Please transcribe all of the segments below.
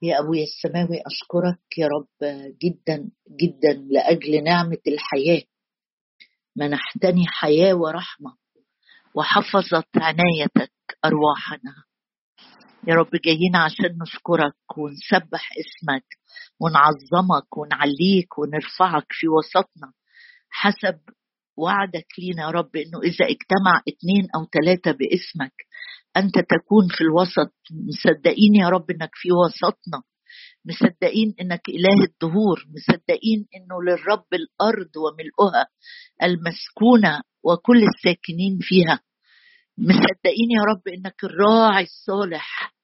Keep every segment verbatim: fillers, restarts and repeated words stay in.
يا أبويا السماوي، أشكرك يا رب جدا جدا لأجل نعمة الحياة. منحتني حياة ورحمة وحفظت عنايتك أرواحنا يا رب. جايين عشان نشكرك ونسبح اسمك ونعظمك ونعليك ونرفعك في وسطنا حسب وعدك لينا يا رب، إنه إذا اجتمع اتنين أو ثلاثة باسمك أنت تكون في الوسط. مصدقين يا رب إنك في وسطنا، مصدقين إنك إله الدهور، مصدقين إنه للرب الأرض وملؤها المسكونة وكل الساكنين فيها. مصدقين يا رب إنك الراعي الصالح.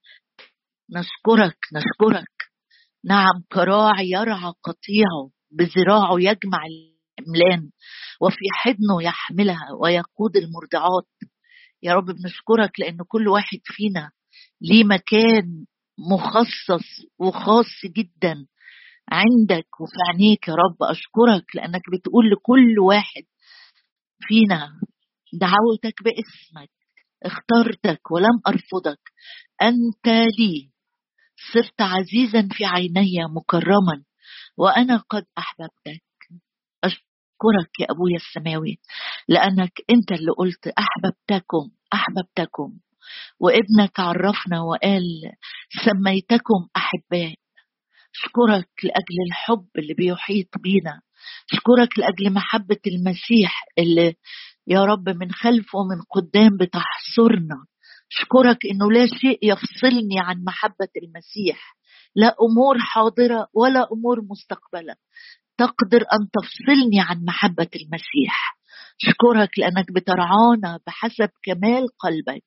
نشكرك نشكرك. نعم، كراعي يرعى قطيعه، بذراعه يجمع الإملان وفي حضنه يحملها ويقود المرضعات. يا رب بنشكرك لأن كل واحد فينا ليه مكان مخصص وخاص جدا عندك وفي عينيك يا رب. أشكرك لأنك بتقول لكل واحد فينا دعوتك باسمك، اخترتك ولم أرفضك، أنت لي صرت عزيزا في عيني مكرما وأنا قد أحببتك. أشكرك يا أبويا السماوي لأنك أنت اللي قلت أحببتكم أحببتكم، وابنك عرفنا وقال سميتكم أحباء. أشكرك لأجل الحب اللي بيحيط بينا، أشكرك لأجل محبة المسيح اللي يا رب من خلف ومن قدام بتحصرنا. أشكرك إنه لا شيء يفصلني عن محبة المسيح، لا أمور حاضرة ولا أمور مستقبلة تقدر أن تفصلني عن محبة المسيح. أشكرك لأنك بترعانا بحسب كمال قلبك.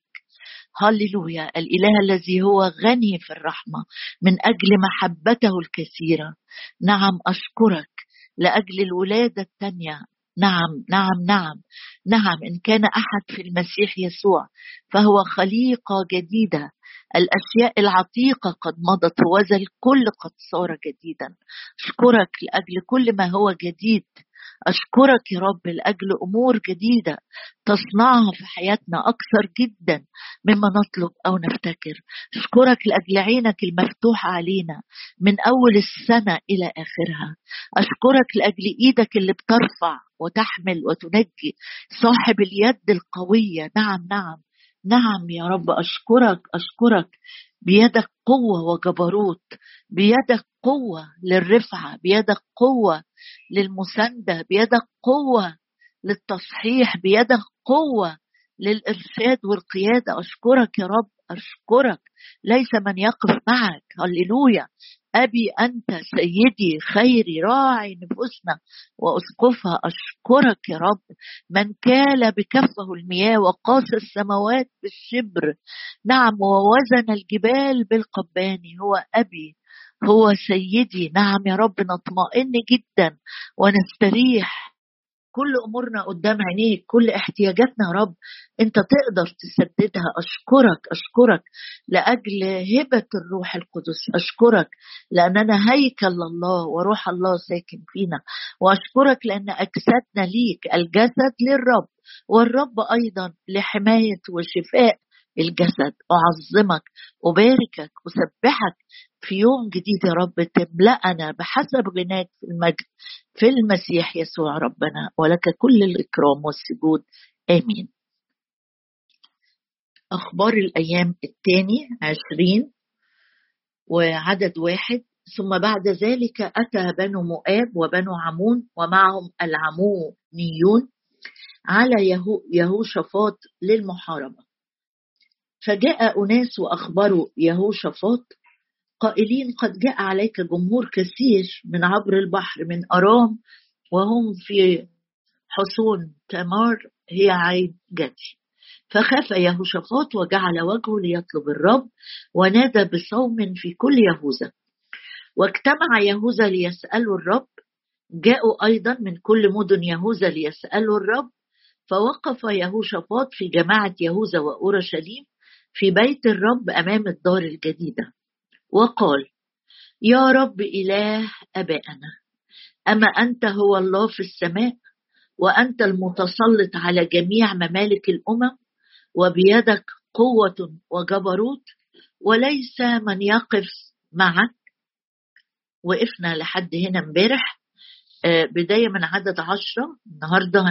هللويا. الإله الذي هو غني في الرحمة من أجل محبته الكثيرة. نعم أشكرك لأجل الولادة الثانية. نعم نعم نعم نعم إن كان أحد في المسيح يسوع فهو خليقة جديدة، الأشياء العتيقة قد مضت وذا الكل قد صار جديدا. أشكرك لأجل كل ما هو جديد. أشكرك يا رب لأجل أمور جديدة تصنعها في حياتنا أكثر جدا مما نطلب أو نفتكر. أشكرك لأجل عينك المفتوحة علينا من أول السنة إلى آخرها. أشكرك لأجل إيدك اللي بترفع وتحمل وتنجي، صاحب اليد القوية. نعم نعم نعم يا رب. أشكرك أشكرك بيدك قوة وجبروت، بيدك قوة للرفعة، بيدك قوة للمساندة، بيدك قوة للتصحيح، بيدك قوة للإرشاد والقيادة. أشكرك يا رب أشكرك. ليس من يقف معك. هللويا. أبي أنت سيدي خيري راعي نفوسنا وأسقفها. أشكرك يا رب. من كال بكفه المياه وقاس السماوات بالشبر، نعم، ووزن الجبال بالقبان. هو أبي، هو سيدي. نعم يا رب. نطمئن جدا ونستريح. كل أمورنا قدام عينيك، كل احتياجاتنا يا رب أنت تقدر تسددها. أشكرك أشكرك لأجل هبة الروح القدس. أشكرك لأننا هيكل الله وروح الله ساكن فينا. وأشكرك لأن أجسادنا ليك، الجسد للرب والرب أيضا لحماية وشفاء الجسد. أعظمك أباركك أسبحك في يوم جديد يا رب تملأنا بحسب غناك في المجد في المسيح يسوع ربنا، ولك كل الإكرام والسجود آمين. أخبار الأيام الثاني عشرين وعدد واحد. ثم بعد ذلك أتى بنو مؤاب وبنو عمون ومعهم العمونيون على يهو يهوشافاط للمحاربة. فجاء أناس وأخبروا يهوشافاط قائلين قد جاء عليك جمهور كثير من عبر البحر من أرام وهم في حصون تمار هي عين جدي. فخاف يهوشافاط وجعل وجهه ليطلب الرب ونادى بصوم في كل يهوذا. واجتمع يهوذا ليسألوا الرب. جاءوا أيضا من كل مدن يهوذا ليسألوا الرب. فوقف يهوشافاط في جماعة يهوذا وأورشليم في بيت الرب أمام الدار الجديدة وقال: يا رب إله أبائنا، أما أنت هو الله في السماء وأنت المتسلط على جميع ممالك الأمم، وبيدك قوة وجبروت وليس من يقف معك. وقفنا لحد هنا امبارح، بداية من عدد عشرة. النهاردة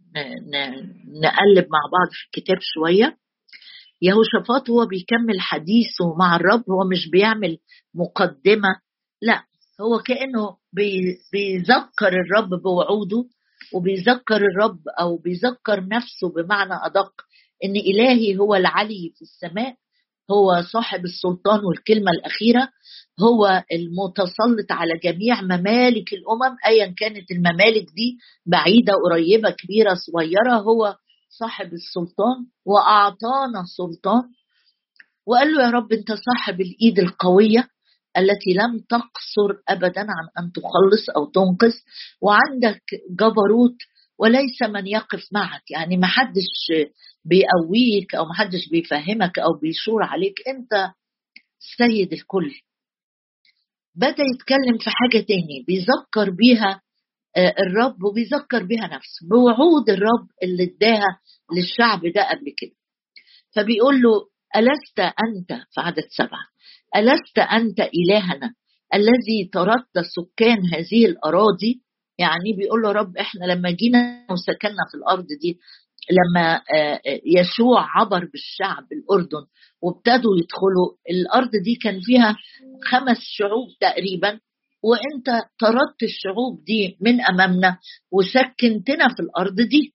نقلب مع بعض في الكتاب شوية. يهوشافاط هو بيكمل حديثه مع الرب، هو مش بيعمل مقدمة، لا، هو كأنه بيذكر الرب بوعوده، وبيذكر الرب أو بيذكر نفسه بمعنى أدق إن إلهي هو العلي في السماء، هو صاحب السلطان والكلمة الأخيرة، هو المتسلط على جميع ممالك الأمم أيا كانت الممالك دي، بعيدة قريبة كبيرة صغيرة، هو صاحب السلطان وأعطانا سلطان. وقال له يا رب أنت صاحب الإيد القوية التي لم تقصر أبدا عن أن تخلص أو تنقذ، وعندك جبروت وليس من يقف معك، يعني ما حدش بيقويك أو ما حدش بيفهمك أو بيشور عليك، أنت سيد الكل. بدأ يتكلم في حاجة تاني بيذكر بيها الرب وبيذكر بيها نفسه بوعود الرب اللي اداها للشعب ده قبل كده. فبيقول له ألست أنت في عدد سبعة، ألست أنت إلهنا الذي طردت سكان هذه الأراضي؟ يعني بيقول له رب احنا لما جينا وسكننا في الأرض دي، لما يشوع عبر بالشعب الأردن وابتدوا يدخلوا الأرض دي، كان فيها خمس شعوب تقريبا، وانت طردت الشعوب دي من أمامنا وسكنتنا في الأرض دي.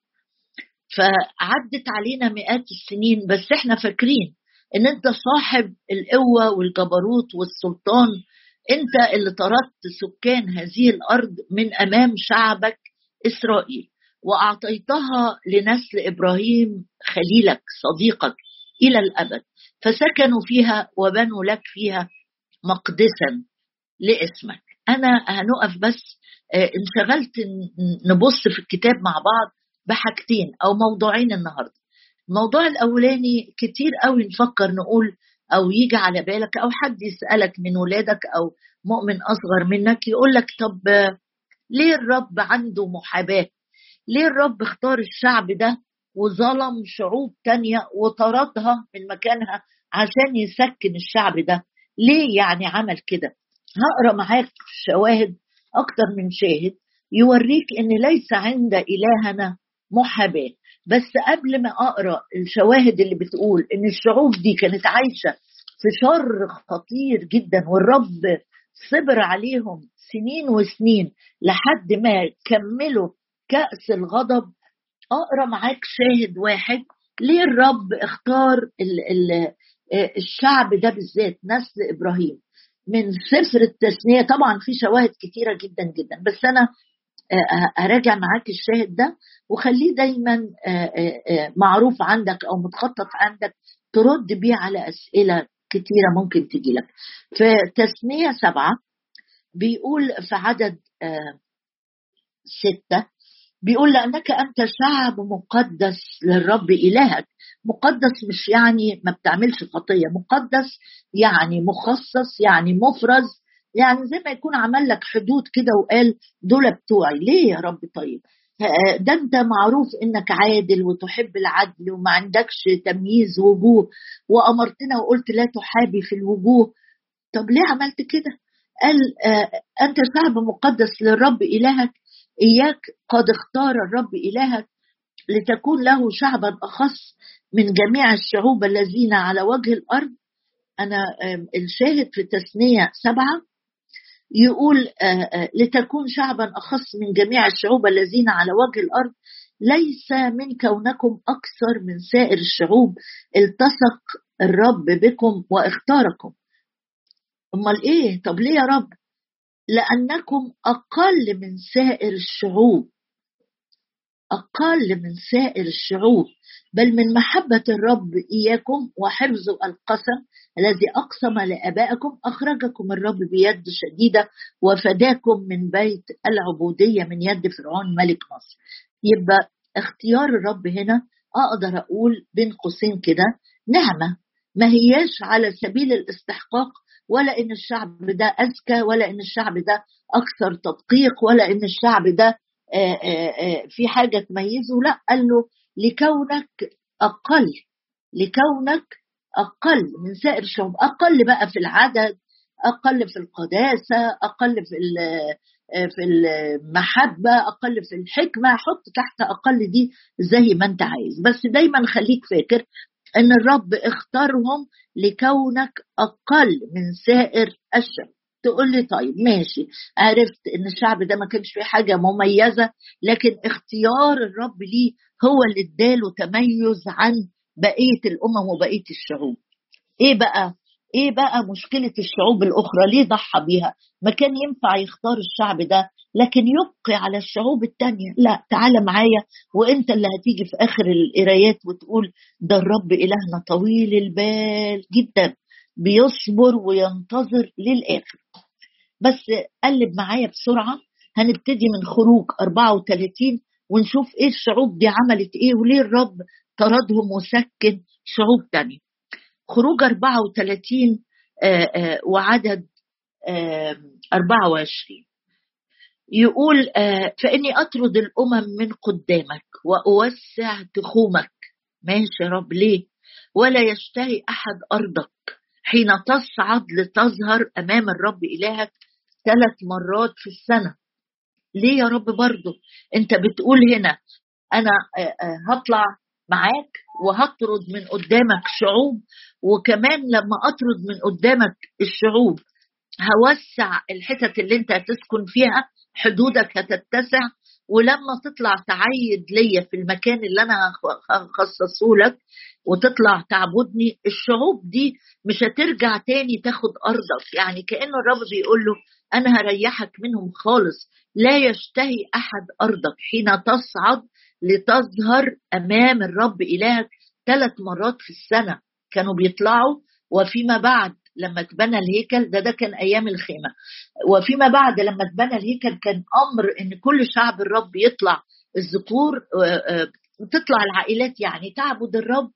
فعدت علينا مئات السنين بس احنا فاكرين ان انت صاحب القوة والجبروت والسلطان، انت اللي طردت سكان هذه الأرض من أمام شعبك إسرائيل وأعطيتها لنسل إبراهيم خليلك صديقك إلى الأبد، فسكنوا فيها وبنوا لك فيها مقدسا لاسمك. أنا هنقف بس انشغلت نبص في الكتاب مع بعض بحاجتين أو موضوعين النهاردة. الموضوع الأولاني كتير قوي نفكر نقول أو يجي على بالك أو حد يسألك من ولادك أو مؤمن أصغر منك يقول لك طب ليه الرب عنده محاباة؟ ليه الرب اختار الشعب ده وظلم شعوب تانية وطردها من مكانها عشان يسكن الشعب ده؟ ليه يعني عمل كده؟ هقرأ معاك شواهد أكتر من شاهد يوريك إن ليس عند إلهنا محاباة. بس قبل ما أقرأ الشواهد اللي بتقول إن الشعوب دي كانت عايشة في شر خطير جدا والرب صبر عليهم سنين وسنين لحد ما كملوا كأس الغضب، أقرأ معاك شاهد واحد ليه الرب اختار ال ال الشعب ده بالذات نسل إبراهيم من سفر التثنية. طبعا في شواهد كتيرة جدا جدا بس أنا أراجع معاك الشاهد ده وخليه دايما معروف عندك أو متخطط عندك ترد بيه على أسئلة كتيرة ممكن تجي لك. في تثنية سبعة بيقول في عدد ستة بيقول لأنك أنت شعب مقدس للرب إلهك. مقدس مش يعني ما بتعملش خطية، مقدس يعني مخصص، يعني مفرز، يعني زي ما يكون عمل لك حدود كده وقال دول بتوعي. ليه يا رب؟ طيب ده انت معروف انك عادل وتحب العدل وما عندكش تمييز وجوه، وأمرتنا وقلت لا تحابي في الوجوه. طب ليه عملت كده؟ قال أنت شعب مقدس للرب إلهك، إياك قد اختار الرب إلهك لتكون له شعبا أخص من جميع الشعوب الذين على وجه الأرض. أنا الشاهد في تثنية سبعة يقول لتكون شعبا أخص من جميع الشعوب الذين على وجه الأرض، ليس من كونكم أكثر من سائر الشعوب، التصق الرب بكم واختاركم. أمال إيه؟ طب ليه يا رب؟ لأنكم أقل من سائر الشعوب، أقل من سائر الشعوب، بل من محبة الرب إياكم وحفظ القسم الذي أقسم لآبائكم أخرجكم الرب بيد شديدة وفداكم من بيت العبودية من يد فرعون ملك مصر. يبقى اختيار الرب هنا أقدر أقول بين قوسين كده نعمة، ما هياش على سبيل الاستحقاق، ولا إن الشعب ده أذكى، ولا إن الشعب ده أكثر تدقيق، ولا إن الشعب ده آآ آآ في حاجة تميزه. لا، قال له لكونك أقل، لكونك أقل من سائر الشعوب، أقل بقى في العدد، أقل في القداسة، أقل في في المحبة، أقل في الحكمة، حط تحت أقل دي زي ما أنت عايز. بس دايما خليك فاكر أن الرب اختارهم لكونك أقل من سائر الشعب. تقول لي طيب ماشي، عرفت أن الشعب ده ما كانش فيه حاجة مميزة، لكن اختيار الرب ليه هو اللي اداله تميز عن بقية الأمم وبقية الشعوب. إيه بقى؟ إيه بقى مشكلة الشعوب الأخرى؟ ليه ضحى بيها؟ ما كان ينفع يختار الشعب ده لكن يبقي على الشعوب التانية. لا، تعال معايا وإنت اللي هتيجي في آخر القرايات وتقول ده الرب إلهنا طويل البال جدا، بيصبر وينتظر للآخر. بس قلب معايا بسرعة، هنبتدي من خروج أربعة وثلاثين ونشوف إيه الشعوب دي عملت إيه وليه الرب طردهم وسكن شعوب تانية. خروج أربعة وثلاثين آآ آآ وعدد أربعة وعشرين يقول فإني أطرد الأمم من قدامك وأوسع تخومك. ماشي يا رب، ليه؟ ولا يشتهي أحد أرضك حين تصعد لتظهر أمام الرب إلهك ثلاث مرات في السنة. ليه يا رب؟ برضو أنت بتقول هنا أنا هطلع معاك وهطرد من قدامك شعوب، وكمان لما أطرد من قدامك الشعوب هوسع الحتت اللي انت هتسكن فيها، حدودك هتتسع، ولما تطلع تعيد ليا في المكان اللي انا هخصصه لك وتطلع تعبدني، الشعوب دي مش هترجع تاني تاخد أرضك. يعني كأنه الرب بيقول له أنا هريحك منهم خالص. لا يشتهي أحد أرضك حين تصعد لتظهر أمام الرب إلهك ثلاث مرات في السنة. كانوا بيطلعوا، وفيما بعد لما تبنى الهيكل ده ده كان أيام الخيمة، وفيما بعد لما تبنى الهيكل كان أمر إن كل شعب الرب يطلع، الذكور تطلع العائلات يعني تعبد الرب.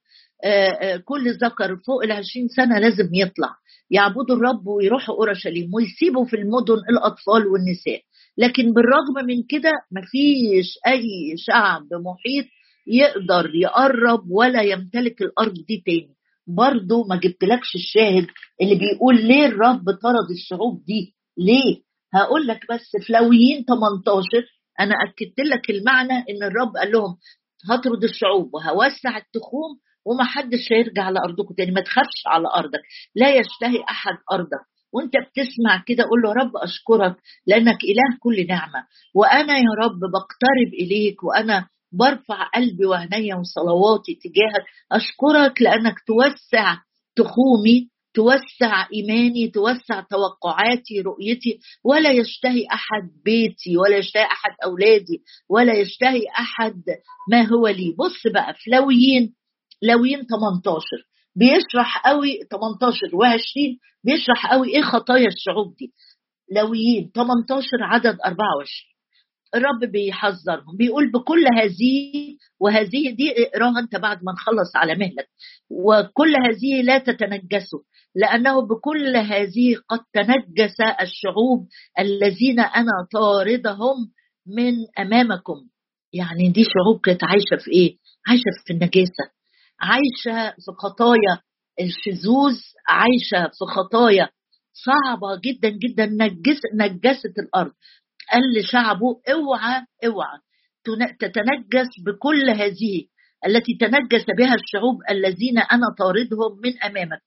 كل ذكر فوق العشرين سنة لازم يطلع يعبدوا الرب ويروحوا أورشليم ويسيبوا في المدن الأطفال والنساء. لكن بالرغم من كده مفيش أي شعب محيط يقدر يقرب ولا يمتلك الأرض دي تاني. برضو ما جبتلكش الشاهد اللي بيقول ليه الرب طرد الشعوب دي. ليه؟ هقول لك بس في لاويين ثمانية عشر أنا أكدت لك المعنى إن الرب قال لهم هطرد الشعوب وهوسع التخوم ومحدش هيرجع على أرضكم تاني، ما تخافش على أرضك، لا يشتهي أحد أرضك. وانت بتسمع كده قول له رب أشكرك لأنك إله كل نعمة، وأنا يا رب بقترب إليك وأنا برفع قلبي وعيني وصلواتي تجاهك. أشكرك لأنك توسع تخومي، توسع إيماني، توسع توقعاتي، رؤيتي. ولا يشتهي أحد بيتي ولا يشتهي أحد أولادي ولا يشتهي أحد ما هو لي. بص بقى في لاويين لاويين ثمانية عشر بيشرح قوي، ثمانية عشر وعشرين بيشرح قوي ايه خطايا الشعوب دي. لاويين ثمانية عشر عدد أربعة وعشرين الرب بيحذرهم بيقول بكل هذه، وهذه دي اقراها انت بعد ما نخلص على مهلك، وكل هذه لا تتنجسوا لأنه بكل هذه قد تنجس الشعوب الذين أنا طاردهم من أمامكم. يعني دي شعوب كانت عايشة في ايه؟ عايشة في النجاسة، عايشة في خطايا الشذوذ، عايشة في خطايا صعبة جدا جدا نجس نجست الأرض. قال لشعبه اوعى اوعى تتنجس بكل هذه التي تنجس بها الشعوب الذين أنا طاردهم من أمامك.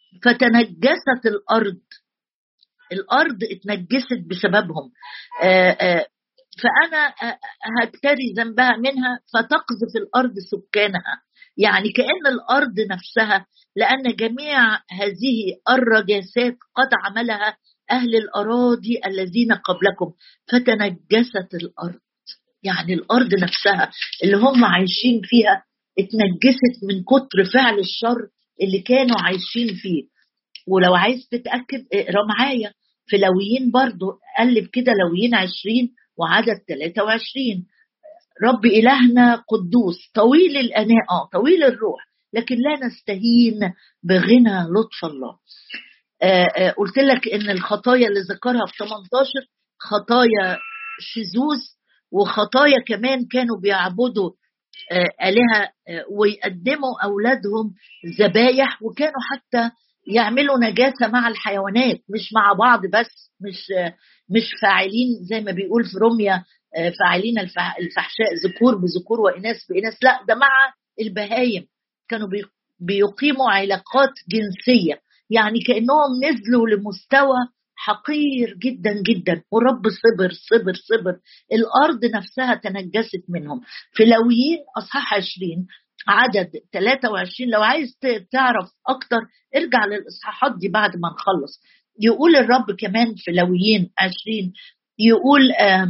فتنجست الأرض، الأرض اتنجست بسببهم. آآ آآ فأنا هكتري ذنبها منها فتقذف الأرض سكانها. يعني كأن الأرض نفسها، لأن جميع هذه الرجاسات قد عملها أهل الأراضي الذين قبلكم فتنجست الأرض. يعني الأرض نفسها اللي هم عايشين فيها اتنجست من كتر فعل الشر اللي كانوا عايشين فيه. ولو عايز تتأكد اقرأ معايا في لاويين برضو، قلب كده لاويين عشرين وعدد ثلاثة وعشرين. رب إلهنا قدوس طويل الأناء طويل الروح لكن لا نستهين بغنى لطف الله. آآ آآ قلت لك إن الخطايا اللي ذكرها في ثمانية عشر خطايا شذوذ، وخطايا كمان كانوا بيعبدوا آلهة ويقدموا أولادهم ذبايح، وكانوا حتى يعملوا نجاسة مع الحيوانات، مش مع بعض بس، مش مش فاعلين زي ما بيقول في روميا فاعلين الفحشاء ذكور بذكور وإناث بإناث، لا ده مع البهايم. كانوا بيقيموا علاقات جنسية، يعني كأنهم نزلوا لمستوى حقير جدا جدا، والرب صبر صبر صبر. الأرض نفسها تنجست منهم. في لاويين أصحاح عشرين عدد ثلاثة وعشرين، لو عايز تعرف أكتر ارجع للإصحاحات دي بعد ما نخلص. يقول الرب كمان في لاويين عشرين، يقول آه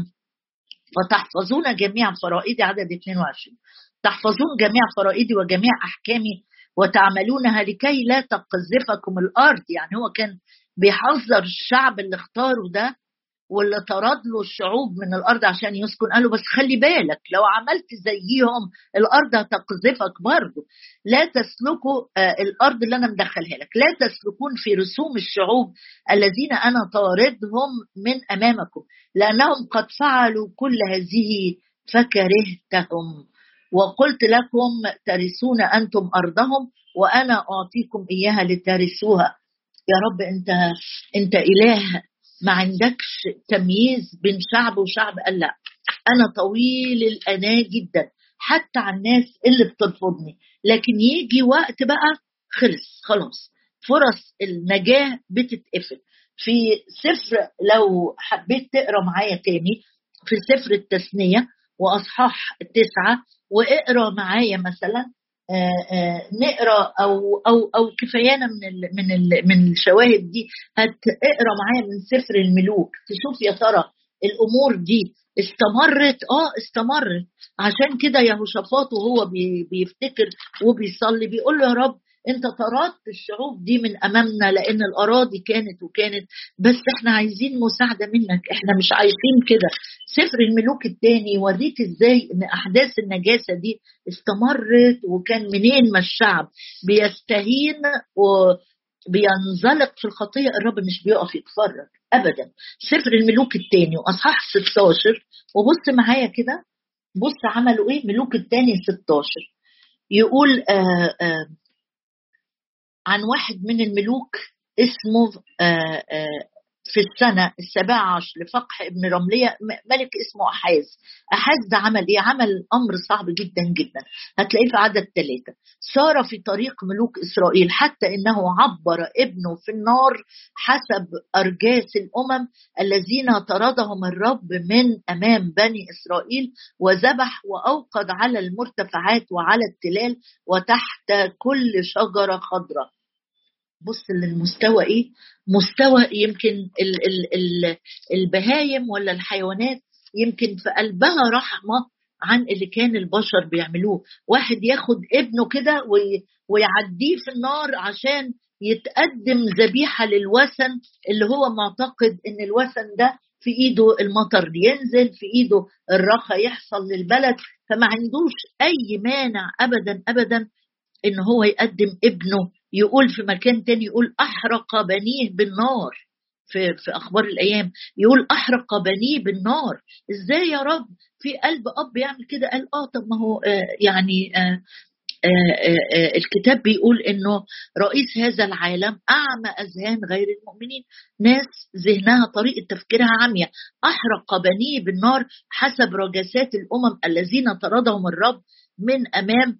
فتحفظون جميع فرائدي، عدد اثنين وعشرين، تحفظون جميع فرائدي وجميع أحكامي وتعملونها لكي لا تقذفكم الأرض. يعني هو كان بيحذر الشعب اللي اختاروا ده واللي طرد له الشعوب من الأرض عشان يسكن، قالوا بس خلي بالك لو عملت زيهم الأرض هتقذفك برضو. لا تسلكوا آه الأرض اللي أنا مدخلها لك، لا تسلكون في رسوم الشعوب الذين أنا طاردهم من أمامكم، لأنهم قد فعلوا كل هذه فكرهتهم، وقلت لكم ترثون أنتم أرضهم وأنا أعطيكم إياها لترثوها. يا رب أنت أنت إله ما عندكش تمييز بين شعب وشعب. قال لا، أنا طويل الأناة جدا حتى على الناس اللي بترفضني، لكن يجي وقت بقى خلص خلاص، فرص النجاة بتتقفل. في سفر لو حبيت تقرأ معايا تاني في سفر التثنية وأصحاح التسعة، واقرأ معايا مثلا آآ آآ نقرأ أو أو أو كفايانا من ال من ال من الشواهد دي، هتقرأ معايا من سفر الملوك تشوف يا ترى الأمور دي استمرت. آه استمرت. عشان كده يهوشافاط وهو بي بيفتكر وبيصلي بيقول له يا رب انت طردت الشعوب دي من امامنا لان الاراضي كانت وكانت، بس احنا عايزين مساعده منك، احنا مش عايزين كده. سفر الملوك الثاني يوريك ازاي ان احداث النجاسه دي استمرت، وكان منين ما الشعب بيستهين وبينزلق في الخطيه الرب مش بيقف يتفرج ابدا. سفر الملوك الثاني واصحاح ستة عشر، وبص معايا كده، بص عملوا ايه ملوك الثاني ستة عشر. يقول آآ آآ عن واحد من الملوك اسمه آآ آآ في السنة السابعة عشر لفقح ابن رملية ملك اسمه أحاز. أحاز ده عمل إيه؟ عمل أمر صعب جدا جدا، هتلاقيه في عدد ثلاثة. سار في طريق ملوك إسرائيل حتى إنه عبر ابنه في النار حسب أرجاس الأمم الذين طردهم الرب من أمام بني إسرائيل، وذبح وأوقد على المرتفعات وعلى التلال وتحت كل شجرة خضراء. بص للمستوى ايه، مستوى يمكن ال ال ال البهايم ولا الحيوانات يمكن في قلبها رحمة عن اللي كان البشر بيعملوه. واحد ياخد ابنه كده ويعديه في النار عشان يتقدم ذبيحة للوثن اللي هو معتقد ان الوثن ده في ايده المطر ينزل، في ايده الرخاء يحصل للبلد، فما عندوش اي مانع ابدا ابدا ان هو يقدم ابنه. يقول في مكان تاني يقول احرق بنيه بالنار، في في اخبار الايام يقول احرق بنيه بالنار. ازاي يا رب في قلب اب يعمل كده؟ قال اه طب ما هو آه يعني آه آه آه الكتاب بيقول انه رئيس هذا العالم اعمى اذهان غير المؤمنين، ناس ذهنها طريقه تفكيرها عمياء. احرق بنيه بالنار حسب رجاسات الامم الذين طردهم الرب من امام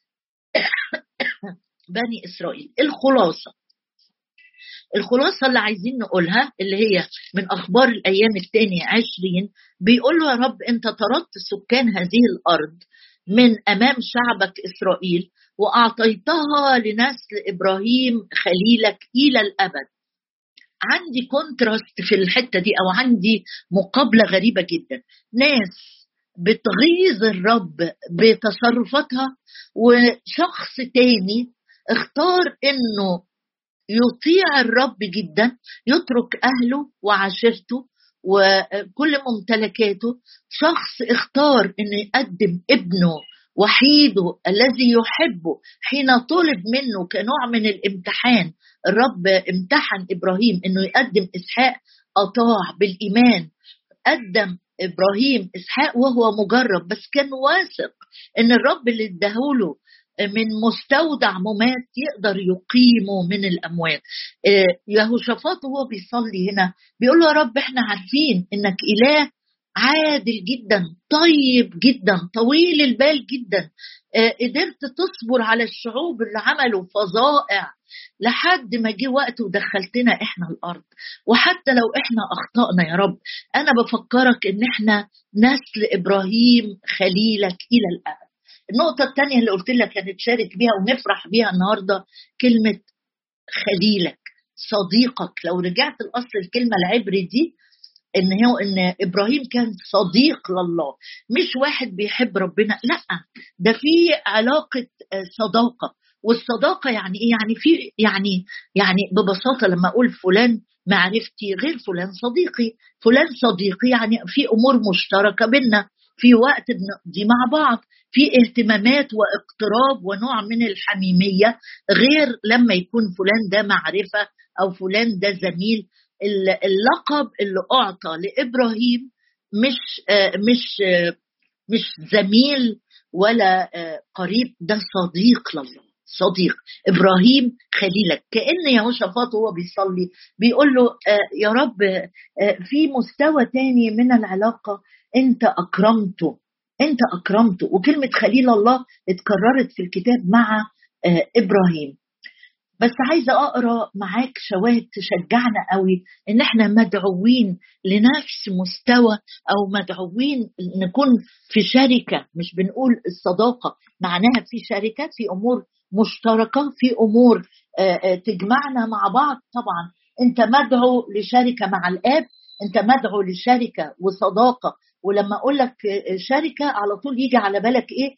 بني إسرائيل. الخلاصة الخلاصة اللي عايزين نقولها اللي هي من أخبار الأيام الثانية عشرين، بيقول له يا رب أنت طردت سكان هذه الأرض من أمام شعبك إسرائيل وأعطيتها لنسل إبراهيم خليلك إلى الأبد. عندي كونتراست في الحتة دي، أو عندي مقابلة غريبة جدا. ناس بتغيظ الرب بتصرفاتها، وشخص تاني اختار انه يطيع الرب جدا، يترك اهله وعشيرته وكل ممتلكاته. شخص اختار انه يقدم ابنه وحيده الذي يحبه حين طلب منه كنوع من الامتحان. الرب امتحن ابراهيم انه يقدم اسحاق، اطاع بالايمان، قدم إبراهيم إسحاق وهو مجرب، بس كان واثق إن الرب اللي اداهوله من مستودع ممات يقدر يقيمه من الأموات. يهوشافاط وهو بيصلي هنا بيقول له يا رب احنا عارفين انك إله عادل جدا، طيب جدا، طويل البال جدا، قدرت تصبر على الشعوب اللي عملوا فظائع لحد ما جه وقت ودخلتنا احنا الارض. وحتى لو احنا اخطأنا يا رب انا بفكرك ان احنا نسل ابراهيم خليلك الى الابد. النقطة الثانية اللي قلت لك هنتشارك بيها ونفرح بيها النهاردة كلمة خليلك، صديقك. لو رجعت الأصل الكلمة العبري دي إن هو إن إبراهيم كان صديق لله، مش واحد بيحب ربنا، لا، ده في علاقة صداقة. والصداقة يعني إيه؟ يعني في يعني يعني ببساطة لما أقول فلان معرفتي غير فلان صديقي. فلان صديقي يعني في أمور مشتركة بينا، في وقت بنقضي مع بعض، في اهتمامات واقتراب ونوع من الحميمية، غير لما يكون فلان ده معرفة أو فلان ده زميل. اللقب اللي أعطى لإبراهيم مش مش مش زميل ولا قريب، ده صديق لله، صديق. إبراهيم خليلك. كأن يهوشافاط وهو بيصلي بيقول له يا رب في مستوى تاني من العلاقة أنت أكرمته، أنت أكرمته. وكلمة خليل الله اتكررت في الكتاب مع إبراهيم. بس عايزة أقرأ معاك شواهد تشجعنا قوي إن احنا مدعوين لنفس مستوى، أو مدعوين نكون في شركة. مش بنقول الصداقة معناها في شركة، في أمور مشتركة، في أمور تجمعنا مع بعض. طبعا أنت مدعو لشركة مع الآب، أنت مدعو لشركة وصداقة. ولما أقول لك شركة على طول يجي على بالك إيه؟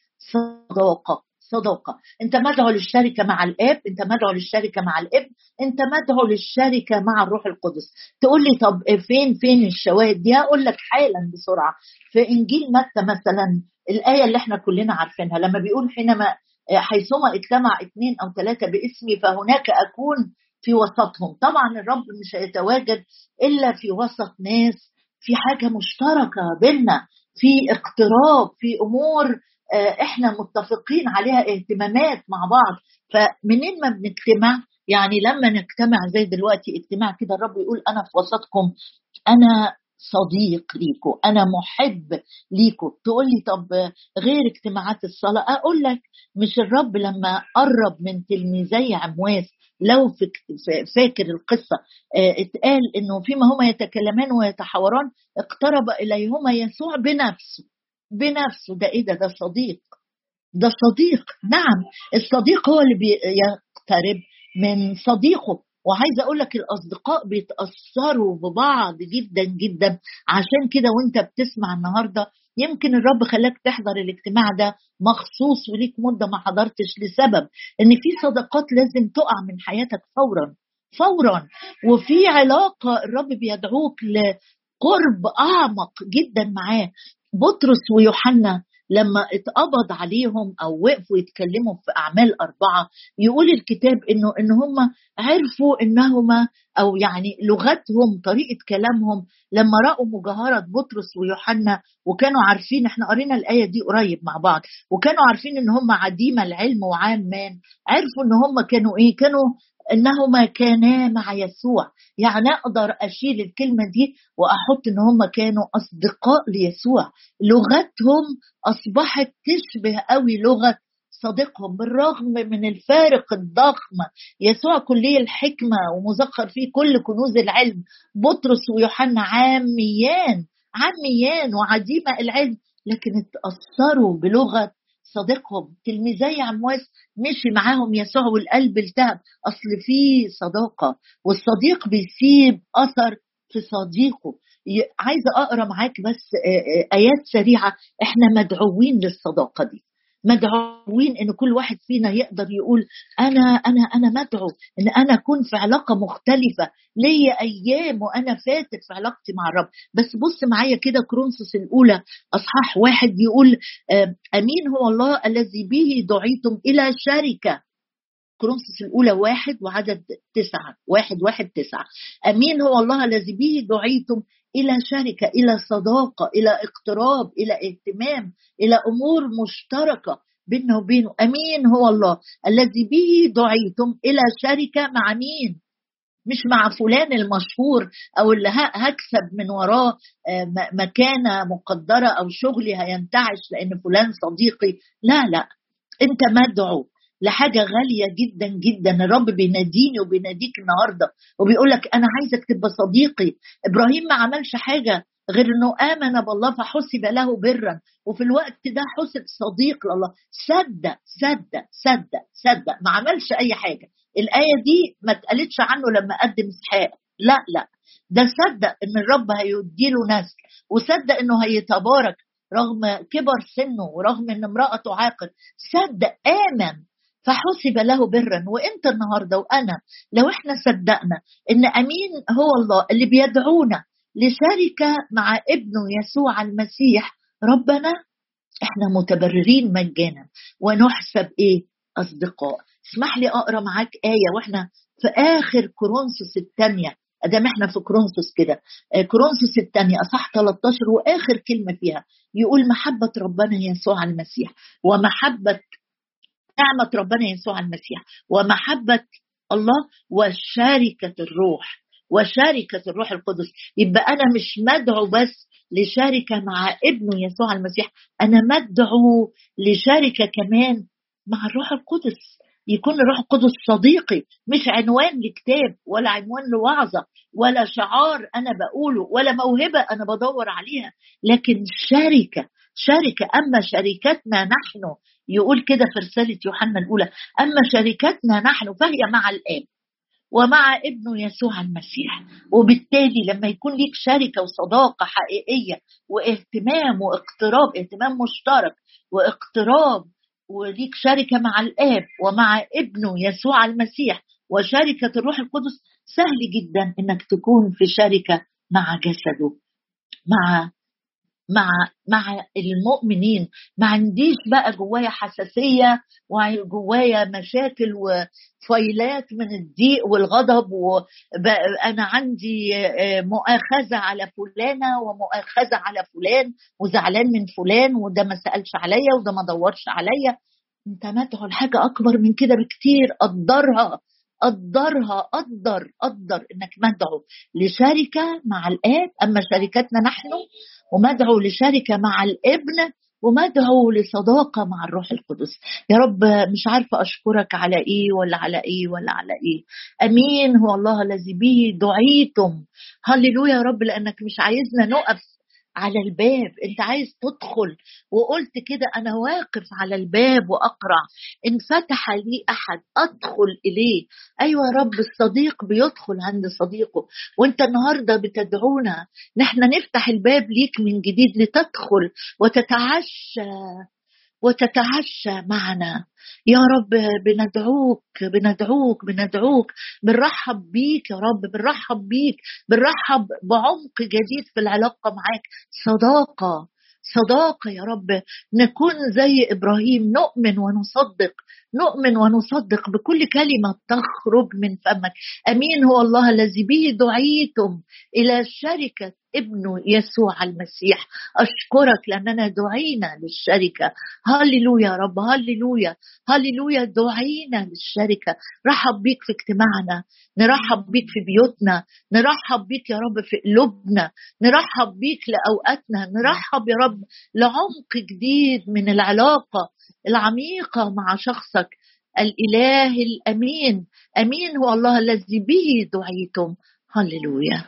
صداقة. صداقة. انت مدعو للشركة مع الاب، انت مدعو للشركة مع الابن، انت مدعو للشركة مع الروح القدس. تقول لي طب فين فين الشواهد دي؟ هقول لك حالا بسرعة. في انجيل متى مثلا الآية اللي احنا كلنا عارفينها لما بيقول حينما حيثما اجتمع اثنين او ثلاثة باسمي فهناك اكون في وسطهم. طبعا الرب مش هيتواجد الا في وسط ناس في حاجة مشتركة بيننا، في اقتراب، في امور احنا متفقين عليها، اهتمامات مع بعض. فمنين ما بنجتمع؟ يعني لما نجتمع زي دلوقتي اجتماع كده الرب يقول انا في وسطكم، انا صديق ليكم، انا محب ليكم. تقول لي طب غير اجتماعات الصلاة؟ اقول لك مش الرب لما قرب من تلميذي عمواس، لو فاكر القصة، اتقال انه فيما هما يتكلمان ويتحاوران اقترب اليهما يسوع بنفسه. بنفسه ده ايه ده؟ ده صديق، ده صديق. نعم، الصديق هو اللي بيقترب من صديقه. وعايزه اقول لك الاصدقاء بيتاثروا ببعض جدا جدا. عشان كده وانت بتسمع النهارده يمكن الرب خلاك تحضر الاجتماع ده مخصوص وليك مده ما حضرتش لسبب ان في صداقات لازم تقع من حياتك فورا فورا. وفي علاقه الرب بيدعوك لقرب اعمق جدا معاه. بطرس ويوحنا لما اتقبض عليهم أو وقفوا يتكلموا في أعمال أربعة، يقول الكتاب إنه إن هم عرفوا إنهما أو يعني لغتهم طريقة كلامهم لما رأوا مجاهرة بطرس ويوحنا، وكانوا عارفين، إحنا قرينا الآية دي قريب مع بعض، وكانوا عارفين إن هم عديم العلم وعامان، عرفوا إن هم كانوا إيه؟ كانوا إنهما كانا مع يسوع. يعني أقدر أشيل الكلمة دي وأحط إن هم كانوا أصدقاء ليسوع. لغتهم أصبحت تشبه قوي لغة صديقهم بالرغم من الفارق الضخم. يسوع كلي الحكمة ومزخر فيه كل كنوز العلم، بطرس ويوحنا عاميان عاميان وعديمة العلم، لكن اتأثروا بلغة صديقهم. تلميذي عمواس مشي معاهم يسوع والقلب التهب. أصل فيه صداقة، والصديق بيسيب أثر في صديقه. عايزة أقرأ معاك بس آيات سريعة. إحنا مدعوين للصداقة دي، مدعوين إن كل واحد فينا يقدر يقول أنا أنا أنا مدعو إن أنا أكون في علاقة مختلفة. ليا أيام وأنا فاتت في علاقتي مع الرب. بس بص معايا كده كورنثوس الأولى أصحاح واحد يقول أمين هو الله الذي به دعيتم إلى شركة. كورنثوس الأولى واحد وعدد تسعة، واحد واحد تسعة. أمين هو الله الذي به دعيتم إلى شركة، إلى صداقة، إلى اقتراب، إلى اهتمام، إلى أمور مشتركة بيننا وبينه. أمين هو الله الذي به دعيتم إلى شركة مع مين؟ مش مع فلان المشهور أو اللي هكسب من وراه مكانة مقدرة أو شغلي هينتعش لأن فلان صديقي. لا لا، أنت مدعو لحاجة غالية جدا جدا. الرب بيناديني وبيناديك النهاردة وبيقولك أنا عايزك تبقى صديقي. إبراهيم ما عملش حاجة غير أنه آمن بالله فحسب له برا، وفي الوقت ده حسب صديق لله. صدق صدق صدق صدق، ما عملش أي حاجة. الآية دي ما اتقالتش عنه لما قدم إسحاق، لا لا، ده صدق ان الرب هيديله نسل، وصدق انه هيتبارك رغم كبر سنه ورغم ان امرأته عاقر. صدق، آمن فحسب له برا. وانت النهارده وانا لو احنا صدقنا ان امين هو الله اللي بيدعونا لشركة مع ابنه يسوع المسيح ربنا، احنا متبررين مجانا ونحسب ايه؟ اصدقاء. اسمح لي اقرا معاك آية واحنا في اخر كورنثوس الثانية، ادام احنا في كورنثوس كده، كورنثوس الثانية اصح ثلاثة عشر واخر كلمة فيها يقول محبة ربنا يسوع المسيح ومحبة نعمة ربنا يسوع المسيح ومحبة الله وشركة الروح وشركة الروح القدس. يبقى أنا مش مدعو بس لشركة مع ابنه يسوع المسيح، أنا مدعو لشركة كمان مع الروح القدس. يكون الروح القدس صديقي، مش عنوان لكتاب ولا عنوان لوعظة ولا شعار أنا بقوله ولا موهبة أنا بدور عليها، لكن شركة شركة. أما شركتنا نحن، يقول كده في رسالة يوحنا الأولى، أما شركتنا نحن فهي مع الآب ومع ابنه يسوع المسيح. وبالتالي لما يكون ليك شركة وصداقة حقيقية واهتمام واقتراب، اهتمام مشترك واقتراب، وليك شركة مع الآب ومع ابنه يسوع المسيح وشركة الروح القدس، سهل جدا انك تكون في شركة مع جسده، مع مع مع المؤمنين. ما عنديش بقى جوايا حساسية وجوايا مشاكل وفيلات من الضيق والغضب، وأنا عندي مؤاخذة على فلانة ومؤاخذة على فلان وزعلان من فلان وده ما سألش عليا وده ما دورش عليا. انت مدعو لحاجة أكبر من كده بكتير. قدرها قدرها قدر قدر انك مدعو لشركة مع الآب، اما شركتنا نحن، ومدعو لشركة مع الابن، ومدعو لصداقة مع الروح القدس. يا رب مش عارفة أشكرك على إيه ولا على إيه ولا على إيه. أمين هو الله الذي به دعيتم. هللويا يا رب، لأنك مش عايزنا نقف على الباب، انت عايز تدخل. وقلت كده انا واقف على الباب واقرع، ان فتح لي احد ادخل اليه. ايوه يا رب، الصديق بيدخل عند صديقه، وانت النهارده بتدعونا نحن نفتح الباب ليك من جديد لتدخل وتتعشى وتتعشى معنا. يا رب بندعوك بندعوك بندعوك بنرحب بيك يا رب، بنرحب بيك، بنرحب بعمق جديد في العلاقة معاك. صداقة صداقة يا رب، نكون زي إبراهيم، نؤمن ونصدق نؤمن ونصدق بكل كلمة تخرج من فمك. أمين هو الله الذي به دعيتم إلى شركة ابنه يسوع المسيح. أشكرك لأننا دعينا للشركة. هاليلويا يا رب، هاليلويا هاليلويا، دعينا للشركة. رحب بيك في اجتماعنا، نرحب بيك في بيوتنا، نرحب بيك يا رب في قلوبنا، نرحب بيك لأوقاتنا، نرحب يا رب لعمق جديد من العلاقة العميقة مع شخصك الإله الأمين. أمين هو الله الذي به دعيتم. هاليلويا.